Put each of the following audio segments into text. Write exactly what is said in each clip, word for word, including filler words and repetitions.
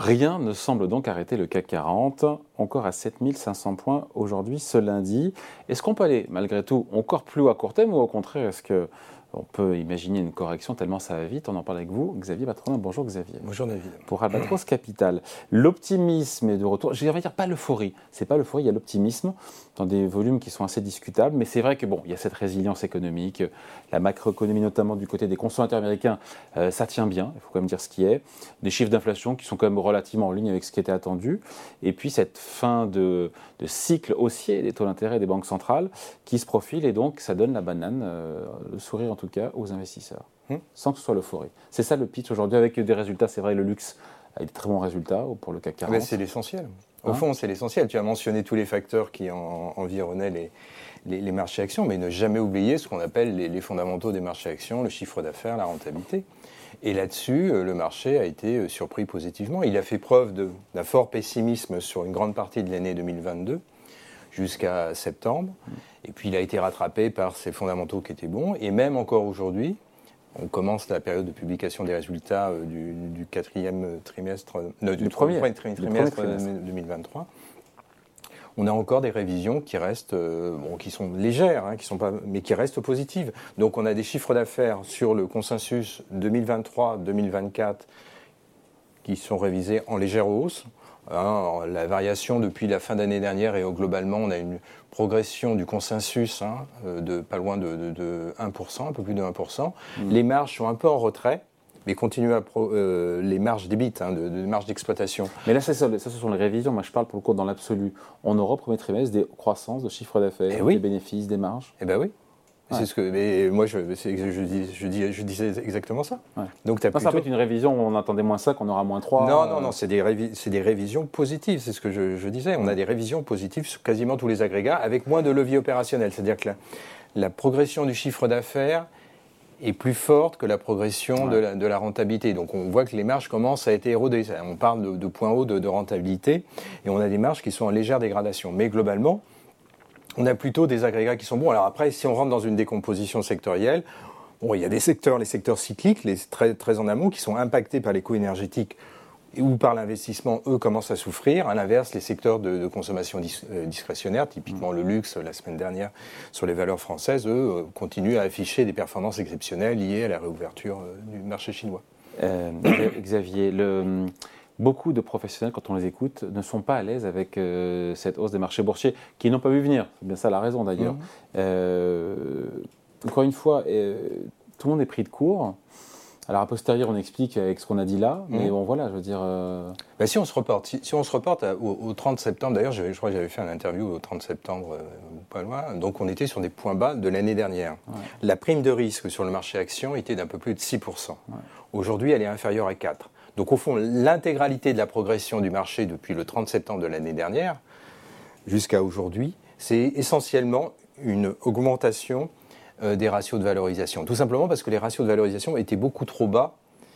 Rien ne semble donc arrêter le C A C quarante, encore à sept mille cinq cents points aujourd'hui ce lundi. Est-ce qu'on peut aller malgré tout encore plus haut à court terme ou au contraire est-ce qu'on peut imaginer une correction tellement ça va vite? On en parle avec vous, Xavier Patronin. Bonjour Xavier. Bonjour David. Pour Albatros Capital, l'optimisme est de retour. Je vais dire pas l'euphorie, c'est pas l'euphorie, il y a l'optimisme dans des volumes qui sont assez discutables, mais c'est vrai que bon, il y a cette résilience économique, la macroéconomie notamment du côté des consommateurs américains, euh, ça tient bien, il faut quand même dire ce qui est, des chiffres d'inflation qui sont quand même relativement en ligne avec ce qui était attendu, et puis cette fin de, de cycle haussier des taux d'intérêt des banques centrales qui se profile, et donc ça donne la banane, euh, le sourire en tout cas, aux investisseurs, hmm. sans que ce soit l'euphorie. C'est ça le pitch aujourd'hui, avec des résultats, c'est vrai, le luxe a des très bons résultats pour le C A C quarante. Mais c'est l'essentiel. Au hein fond, c'est l'essentiel. Tu as mentionné tous les facteurs qui en, environnaient les, les, les marchés actions, mais ne jamais oublier ce qu'on appelle les, les fondamentaux des marchés actions, le chiffre d'affaires, la rentabilité. Et là-dessus, le marché a été surpris positivement. Il a fait preuve de, d'un fort pessimisme sur une grande partie de l'année deux mille vingt-deux, jusqu'à septembre. Et puis, il a été rattrapé par ces fondamentaux qui étaient bons. Et même encore aujourd'hui, on commence la période de publication des résultats euh, du, du quatrième trimestre, euh, du, du premier, premier trimestre, premier trimestre deux mille vingt-trois. On a encore des révisions qui restent, euh, bon, qui sont légères, hein, qui sont pas, mais qui restent positives. Donc, on a des chiffres d'affaires sur le consensus deux mille vingt-trois deux mille vingt-quatre qui sont révisés en légère hausse. Hein, la variation depuis la fin d'année dernière et globalement, on a une progression du consensus hein, de pas loin de, de, de un pour cent, un peu plus de un pour cent. Mmh. Les marges sont un peu en retrait, mais continuent à pro, euh, les marges d'ébit, hein, de, de marges d'exploitation. Mais là, ça, ça, ce sont les révisions. Moi, je parle pour le coup dans l'absolu. On aura au premier trimestre des croissances de chiffre d'affaires, eh oui. des bénéfices, des marges. Eh bien oui. Ouais. C'est ce que, mais moi, je, c'est, je, dis, je, dis, je disais exactement ça. Ouais. Donc, t'as non, plutôt... Ça peut être une révision où on attendait moins ça, qu'on aura moins trois. Non, euh... non, non, c'est des, révi- c'est des révisions positives, c'est ce que je, je disais. On a des révisions positives sur quasiment tous les agrégats, avec moins de levier opérationnel. C'est-à-dire que la, la progression du chiffre d'affaires est plus forte que la progression ouais. de, la, de la rentabilité. Donc, on voit que les marges commencent à être érodées. On parle de, de points hauts de, de rentabilité, et on a des marges qui sont en légère dégradation. Mais globalement, on a plutôt des agrégats qui sont bons. Alors après, si on rentre dans une décomposition sectorielle, bon, il y a des secteurs, les secteurs cycliques, les très, très en amont, qui sont impactés par les coûts énergétiques ou par l'investissement, eux, commencent à souffrir. À l'inverse, les secteurs de, de consommation dis, euh, discrétionnaire, typiquement mmh. le luxe, la semaine dernière, sur les valeurs françaises, eux, euh, continuent à afficher des performances exceptionnelles liées à la réouverture euh, du marché chinois. Euh, Xavier, le... Beaucoup de professionnels, quand on les écoute, ne sont pas à l'aise avec euh, cette hausse des marchés boursiers, qui n'ont pas vu venir. C'est bien ça la raison d'ailleurs. Mmh. Euh, encore une fois, euh, tout le monde est pris de court. Alors, a posteriori, on explique avec ce qu'on a dit là, mais mmh. bon, voilà, je veux dire... Euh... Ben, si on se reporte, si, si on se reporte à, au, au trente septembre, d'ailleurs, je crois que j'avais fait un interview au trente septembre, euh, pas loin, donc on était sur des points bas de l'année dernière. Ouais. La prime de risque sur le marché action était d'un peu plus de six pour cent. Ouais. Aujourd'hui, elle est inférieure à quatre pour cent. Donc, au fond, l'intégralité de la progression du marché depuis le trente septembre de l'année dernière jusqu'à aujourd'hui, c'est essentiellement une augmentation euh, des ratios de valorisation. Tout simplement parce que les ratios de valorisation étaient beaucoup trop bas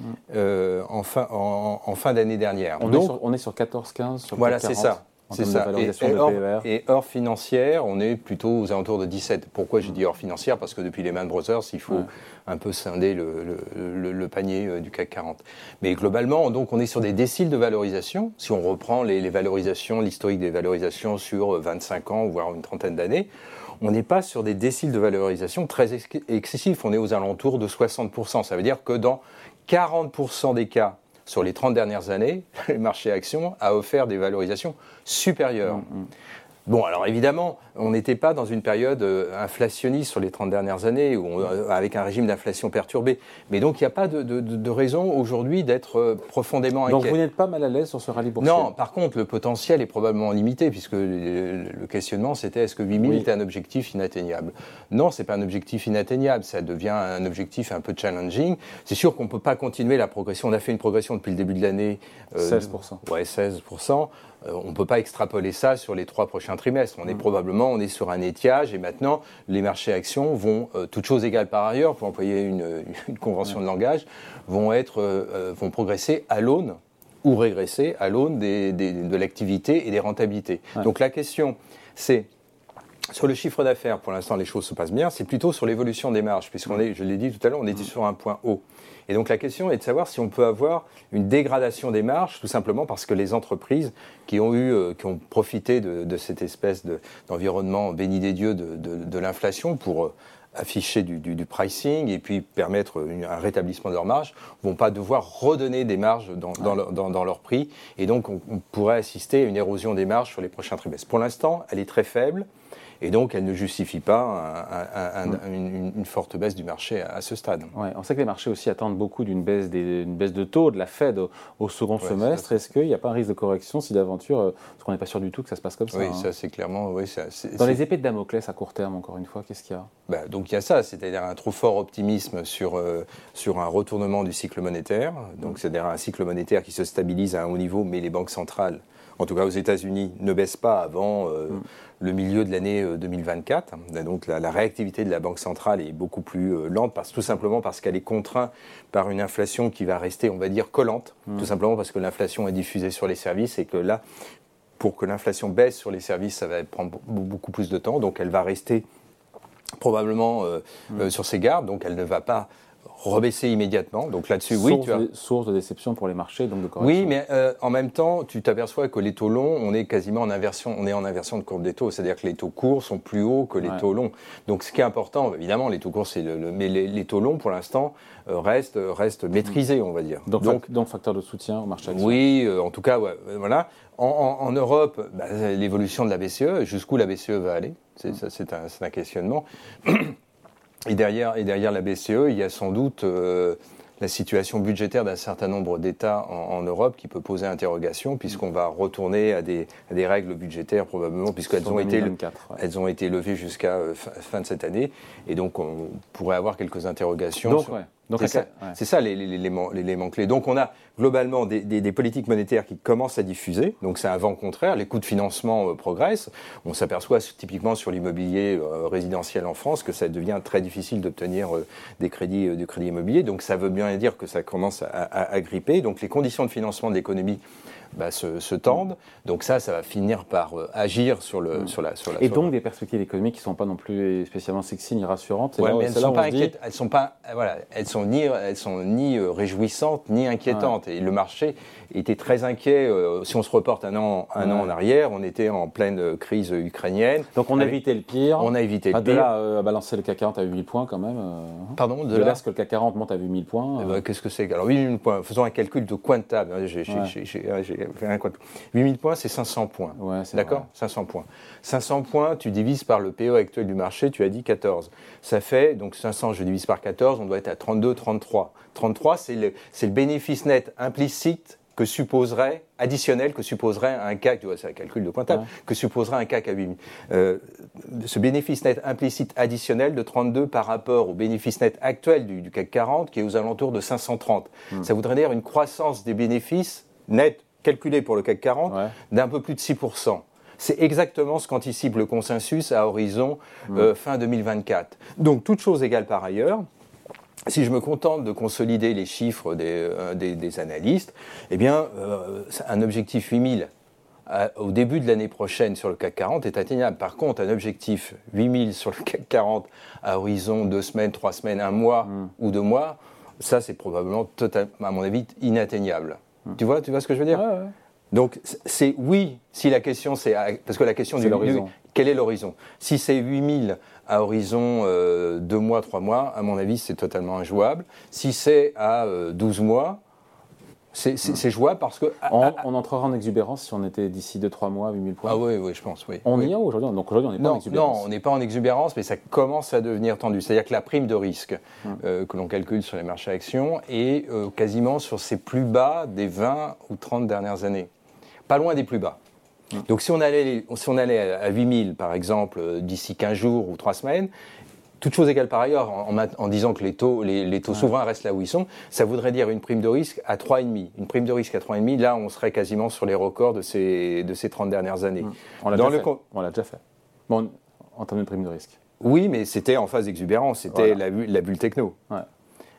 euh, en, fin, en, en fin d'année dernière. On, Donc, est, sur, on est sur quatorze quinze, sur voilà, quarante. C'est ça. C'est ça. Et, et, hors, et hors financière, on est plutôt aux alentours de dix-sept. Pourquoi j'ai dit hors financière ? Parce que depuis Lehman Brothers, il faut ouais. un peu scinder le, le, le, le panier du C A C quarante. Mais globalement, donc, on est sur des déciles de valorisation. Si on reprend les, les valorisations, l'historique des valorisations sur vingt-cinq ans, voire une trentaine d'années, on n'est pas sur des déciles de valorisation très ex- excessifs. On est aux alentours de soixante pour cent. Ça veut dire que dans quarante pour cent des cas, sur les trente dernières années, le marché actions a offert des valorisations supérieures. Mmh. Bon, alors évidemment, on n'était pas dans une période inflationniste sur les trente dernières années, où on, avec un régime d'inflation perturbé. Mais donc, il n'y a pas de, de, de raison aujourd'hui d'être profondément inquiet. Donc, vous n'êtes pas mal à l'aise sur ce rallye boursier ? Non, par contre, le potentiel est probablement limité, puisque le, le questionnement, c'était est-ce que huit mille oui. était un objectif inatteignable ? Non, ce n'est pas un objectif inatteignable, ça devient un objectif un peu challenging. C'est sûr qu'on ne peut pas continuer la progression. On a fait une progression depuis le début de l'année. Euh, seize pour cent. De, ouais, seize pour cent. On ne peut pas extrapoler ça sur les trois prochains trimestres. On est mmh. probablement on est sur un étiage et maintenant, les marchés actions vont, euh, toutes choses égales par ailleurs, pour employer une, une convention mmh. de langage, vont, être, euh, vont progresser à l'aune ou régresser à l'aune des, des, de l'activité et des rentabilités. Ouais. Donc la question, c'est Sur le chiffre d'affaires, pour l'instant, les choses se passent bien. C'est plutôt sur l'évolution des marges, puisqu'on est, je l'ai dit tout à l'heure, on était sur un point haut. Et donc la question est de savoir si on peut avoir une dégradation des marges, tout simplement parce que les entreprises qui ont eu, euh, qui ont profité de, de cette espèce de, d'environnement béni des dieux de, de, de l'inflation pour euh, afficher du, du, du pricing et puis permettre une, un rétablissement de leurs marges, vont pas devoir redonner des marges dans, dans, leur, dans, dans leur prix. Et donc on, on pourrait assister à une érosion des marges sur les prochains trimestres. Pour l'instant, elle est très faible. Et donc, elle ne justifie pas un, un, un, une, une forte baisse du marché à, à ce stade. Ouais, on sait que les marchés aussi attendent beaucoup d'une baisse, des, une baisse de taux de la Fed au, au second ouais, semestre. Ça, Est-ce qu'il n'y a pas un risque de correction si d'aventure, parce qu'on n'est pas sûr du tout que ça se passe comme ça. Oui, hein. ça c'est clairement... Oui, ça, c'est, Dans c'est... les épées de Damoclès à court terme, encore une fois, qu'est-ce qu'il y a ? bah, Donc il y a ça, c'est-à-dire un trop fort optimisme sur, euh, sur un retournement du cycle monétaire. Donc, mmh. c'est-à-dire un cycle monétaire qui se stabilise à un haut niveau, mais les banques centrales, en tout cas aux États-Unis, ne baissent pas avant euh, mmh. le milieu de l'année deux mille vingt-quatre. Donc la, la réactivité de la Banque centrale est beaucoup plus euh, lente, parce, tout simplement parce qu'elle est contrainte par une inflation qui va rester, on va dire, collante, mmh. tout simplement parce que l'inflation est diffusée sur les services et que là, pour que l'inflation baisse sur les services, ça va prendre beaucoup plus de temps. Donc elle va rester probablement euh, mmh. euh, sur ses gardes, donc elle ne va pas rebaisser immédiatement. Donc là-dessus, source oui, tu as... de, source de déception pour les marchés, donc de correction. Oui, mais euh, en même temps, tu t'aperçois que les taux longs, on est quasiment en inversion, on est en inversion de courbe des taux, c'est-à-dire que les taux courts sont plus hauts que les ouais. taux longs. Donc ce qui est important, évidemment, les taux courts, c'est le, le mais les, les taux longs, pour l'instant, euh, restent, restent maîtrisés, on va dire. Donc, donc, donc facteur de soutien au marché action. Oui, euh, en tout cas, ouais, voilà. En, en, en Europe, bah, l'évolution de la B C E, jusqu'où la B C E va aller, c'est, mmh. ça, c'est, un, c'est un questionnement. Et derrière, et derrière la B C E, il y a sans doute euh, la situation budgétaire d'un certain nombre d'États en, en Europe qui peut poser interrogation, puisqu'on va retourner à des, à des règles budgétaires probablement, puisqu'elles ont été, ouais. elles ont été levées jusqu'à euh, fin, fin de cette année. Et donc, on pourrait avoir quelques interrogations. Donc, sur... ouais. Donc, c'est, ça, ouais. c'est ça l'élément, l'élément clé. Donc on a globalement des, des, des politiques monétaires qui commencent à diffuser, donc c'est un vent contraire, les coûts de financement euh, progressent, on s'aperçoit typiquement sur l'immobilier euh, résidentiel en France que ça devient très difficile d'obtenir euh, des crédits, euh, du crédit immobilier, donc ça veut bien dire que ça commence à, à, à gripper, donc les conditions de financement de l'économie Bah, se, se tendent. Donc ça, ça va finir par euh, agir sur, le, mmh. sur la... Sur la et sur donc le... des perspectives économiques qui ne sont pas non plus spécialement sexy ni rassurantes. Ouais, là, mais elles ne sont, pas dit... elles sont pas voilà, elles sont ni, elles sont ni euh, réjouissantes ni inquiétantes. Ouais. Et le marché était très inquiet. Euh, si on se reporte un an, un ouais. an en arrière, on était en pleine euh, crise ukrainienne. Donc on a avec... évité le pire. On a évité ah, le pire. De là euh, à balancer le C A C quarante à huit mille points quand même. Euh... Pardon, de, de là, là ce que le C A C quarante monte à huit mille points. Euh... Eh ben, qu'est-ce que c'est? Alors huit mille points. Faisons un calcul de quantable. J'ai, j'ai, ouais. j'ai, j'ai, j'ai fait un quantable. huit mille points, c'est cinq cents points. Ouais, c'est D'accord, vrai. cinq cents points. cinq cents points, tu divises par le P E actuel du marché, tu as dit quatorze. Ça fait, donc cinq cents, je divise par quatorze, on doit être à trente-deux, trente-trois. trente-trois, c'est le, c'est le bénéfice net implicite que supposerait, additionnel, que supposerait un C A C, tu vois, c'est un calcul de pointable, ouais. que supposerait un C A C à huit mille. Euh, ce bénéfice net implicite additionnel de trente-deux par rapport au bénéfice net actuel du, du C A C quarante, qui est aux alentours de cinq cent trente. Mmh. Ça voudrait dire une croissance des bénéfices nets calculé pour le C A C quarante, ouais. d'un peu plus de six pour cent. C'est exactement ce qu'anticipe le consensus à horizon mmh. euh, fin deux mille vingt-quatre. Donc, toutes choses égales par ailleurs, si je me contente de consolider les chiffres des, euh, des, des analystes, eh bien, euh, un objectif huit mille à, au début de l'année prochaine sur le C A C quarante est atteignable. Par contre, un objectif huit mille sur le C A C quarante à horizon deux semaines, trois semaines, un mois mmh. ou deux mois, ça, c'est probablement, total, à mon avis, inatteignable. Mmh. Tu vois, tu vois ce que je veux dire ? Ouais, ouais. Donc, c'est oui, si la question, c'est... Parce que la question c'est du... l'horizon. Du, quel est l'horizon ? Si c'est huit mille à horizon euh, deux mois, trois mois, à mon avis, c'est totalement injouable. Si c'est à euh, douze mois, c'est, c'est, c'est jouable parce que... On, à, on entrera en exubérance si on était d'ici deux trois mois à huit mille points. Ah oui, oui, je pense, oui. On oui. y est aujourd'hui ? Donc aujourd'hui, on n'est pas non, en exubérance. Non, on n'est pas en exubérance, mais ça commence à devenir tendu. C'est-à-dire que la prime de risque hum. euh, que l'on calcule sur les marchés actions est euh, quasiment sur ses plus bas des vingt ou trente dernières années. Pas loin des plus bas. Mmh. Donc si on allait, si on allait à huit mille, par exemple, d'ici quinze jours ou trois semaines, toutes choses égales par ailleurs, en, en, en disant que les taux, les, les taux ouais. souverains restent là où ils sont, ça voudrait dire une prime de risque à trois virgule cinq. Une prime de risque à trois virgule cinq, là, on serait quasiment sur les records de ces, de ces trente dernières années. Mmh. On, l'a Dans le con... on l'a déjà fait. Bon, en termes de prime de risque. Oui, mais c'était en phase d'exubérance, c'était voilà. la, la bulle techno. Ouais.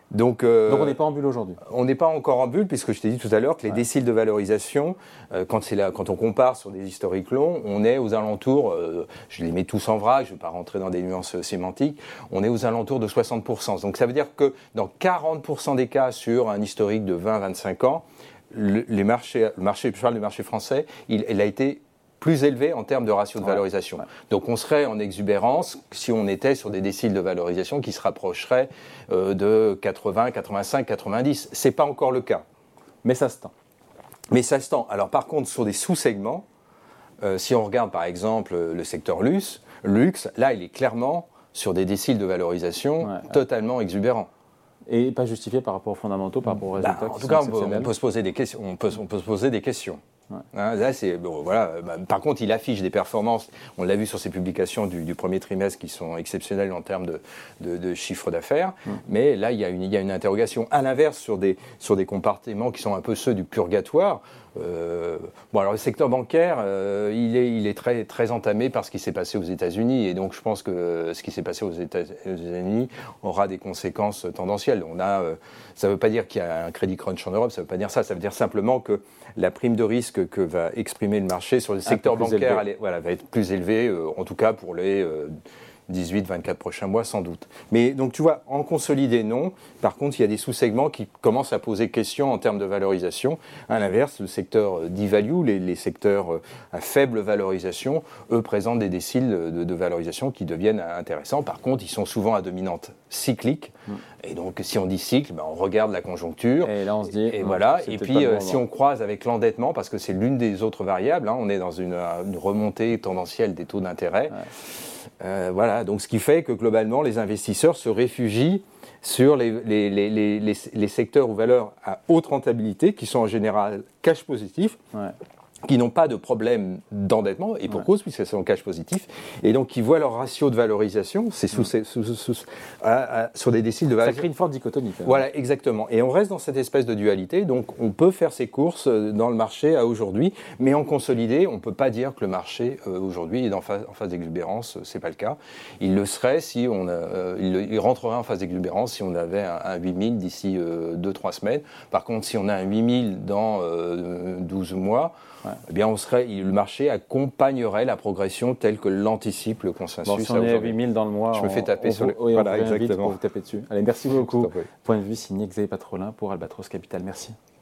Donc, euh, Donc on n'est pas en bulle aujourd'hui. On n'est pas encore en bulle, puisque je t'ai dit tout à l'heure que les ouais. déciles de valorisation, euh, quand, c'est là, quand on compare sur des historiques longs, on est aux alentours, euh, je les mets tous en vrac, je ne vais pas rentrer dans des nuances sémantiques, on est aux alentours de soixante pour cent. Donc ça veut dire que dans quarante pour cent des cas sur un historique de vingt à vingt-cinq ans, le, les marchés, le marché, je parle du marché français, il, il a été plus élevé en termes de ratio de valorisation. Ouais, ouais. Donc on serait en exubérance si on était sur des déciles de valorisation qui se rapprocheraient euh, de quatre-vingts, quatre-vingt-cinq, quatre-vingt-dix. Ce n'est pas encore le cas. Mais ça se tend. Mais ça se tend. Alors par contre, sur des sous-segments, euh, si on regarde par exemple le secteur luxe, luxe, là il est clairement sur des déciles de valorisation ouais, totalement ouais. exubérants. Et pas justifié par rapport aux fondamentaux, par rapport aux résultats bah, en tout cas, on peut, on peut se poser des questions. On peut, on peut se poser des questions. Ouais. Hein, là, c'est, bon, voilà. Bah, par contre, il affiche des performances, on l'a vu sur ses publications du, du premier trimestre, qui sont exceptionnelles en termes de, de, de chiffre d'affaires. Mmh. Mais là, il y, a une, il y a une interrogation. À l'inverse, sur des, sur des compartiments qui sont un peu ceux du purgatoire. Euh, bon, alors le secteur bancaire, euh, il est, il est très, très entamé par ce qui s'est passé aux États-Unis. Et donc, je pense que ce qui s'est passé aux États-Unis aura des conséquences tendancielles. On a, euh, ça ne veut pas dire qu'il y a un crédit crunch en Europe, ça ne veut pas dire ça. Ça veut dire simplement que la prime de risque que va exprimer le marché sur le secteur bancaire elle est, voilà, va être plus élevée, euh, en tout cas pour les euh, dix-huit vingt-quatre prochains mois, sans doute. Mais donc, tu vois, en consolidé, non. Par contre, il y a des sous-segments qui commencent à poser question en termes de valorisation. À l'inverse, le secteur d'e-value, les, les secteurs à faible valorisation, eux présentent des déciles de, de valorisation qui deviennent intéressants. Par contre, ils sont souvent à dominante cyclique. Mmh. Et donc, si on dit cycle, ben, on regarde la conjoncture. Et là, on se dit... Et, et voilà. Et puis, euh, si on croise avec l'endettement, parce que c'est l'une des autres variables, hein, on est dans une, une remontée tendancielle des taux d'intérêt. Ouais. Euh, voilà, donc ce qui fait que globalement, les investisseurs se réfugient sur les, les, les, les, les, les secteurs ou valeurs à haute rentabilité, qui sont en général cash positifs, ouais. qui n'ont pas de problème d'endettement, et pour ouais. cause, puisqu'ils sont cash positifs, et donc qui voient leur ratio de valorisation, c'est sous, ouais. sous, sous, sous, à, à, sur des déciles de valorisation. Ça crée une forte dichotomie. Voilà, exactement. Et on reste dans cette espèce de dualité, donc on peut faire ses courses dans le marché à aujourd'hui, mais en consolidé, on ne peut pas dire que le marché euh, aujourd'hui est en phase, en phase d'exubérance, c'est pas le cas. Il le serait si on, euh, il, il rentrerait en phase d'exubérance si on avait un, un huit mille d'ici euh, deux trois semaines. Par contre, si on a un huit mille dans euh, douze mois, ouais. eh bien on serait, le marché accompagnerait la progression telle que l'anticipe le consensus. Bon, si on est à huit mille dans le mois, je me fais taper on, sur on, le... Oui, voilà, on exactement. Vite pour vous taper dessus. Allez, merci beaucoup. Point de vue signé Xavier Patrolin pour Albatros Capital. Merci.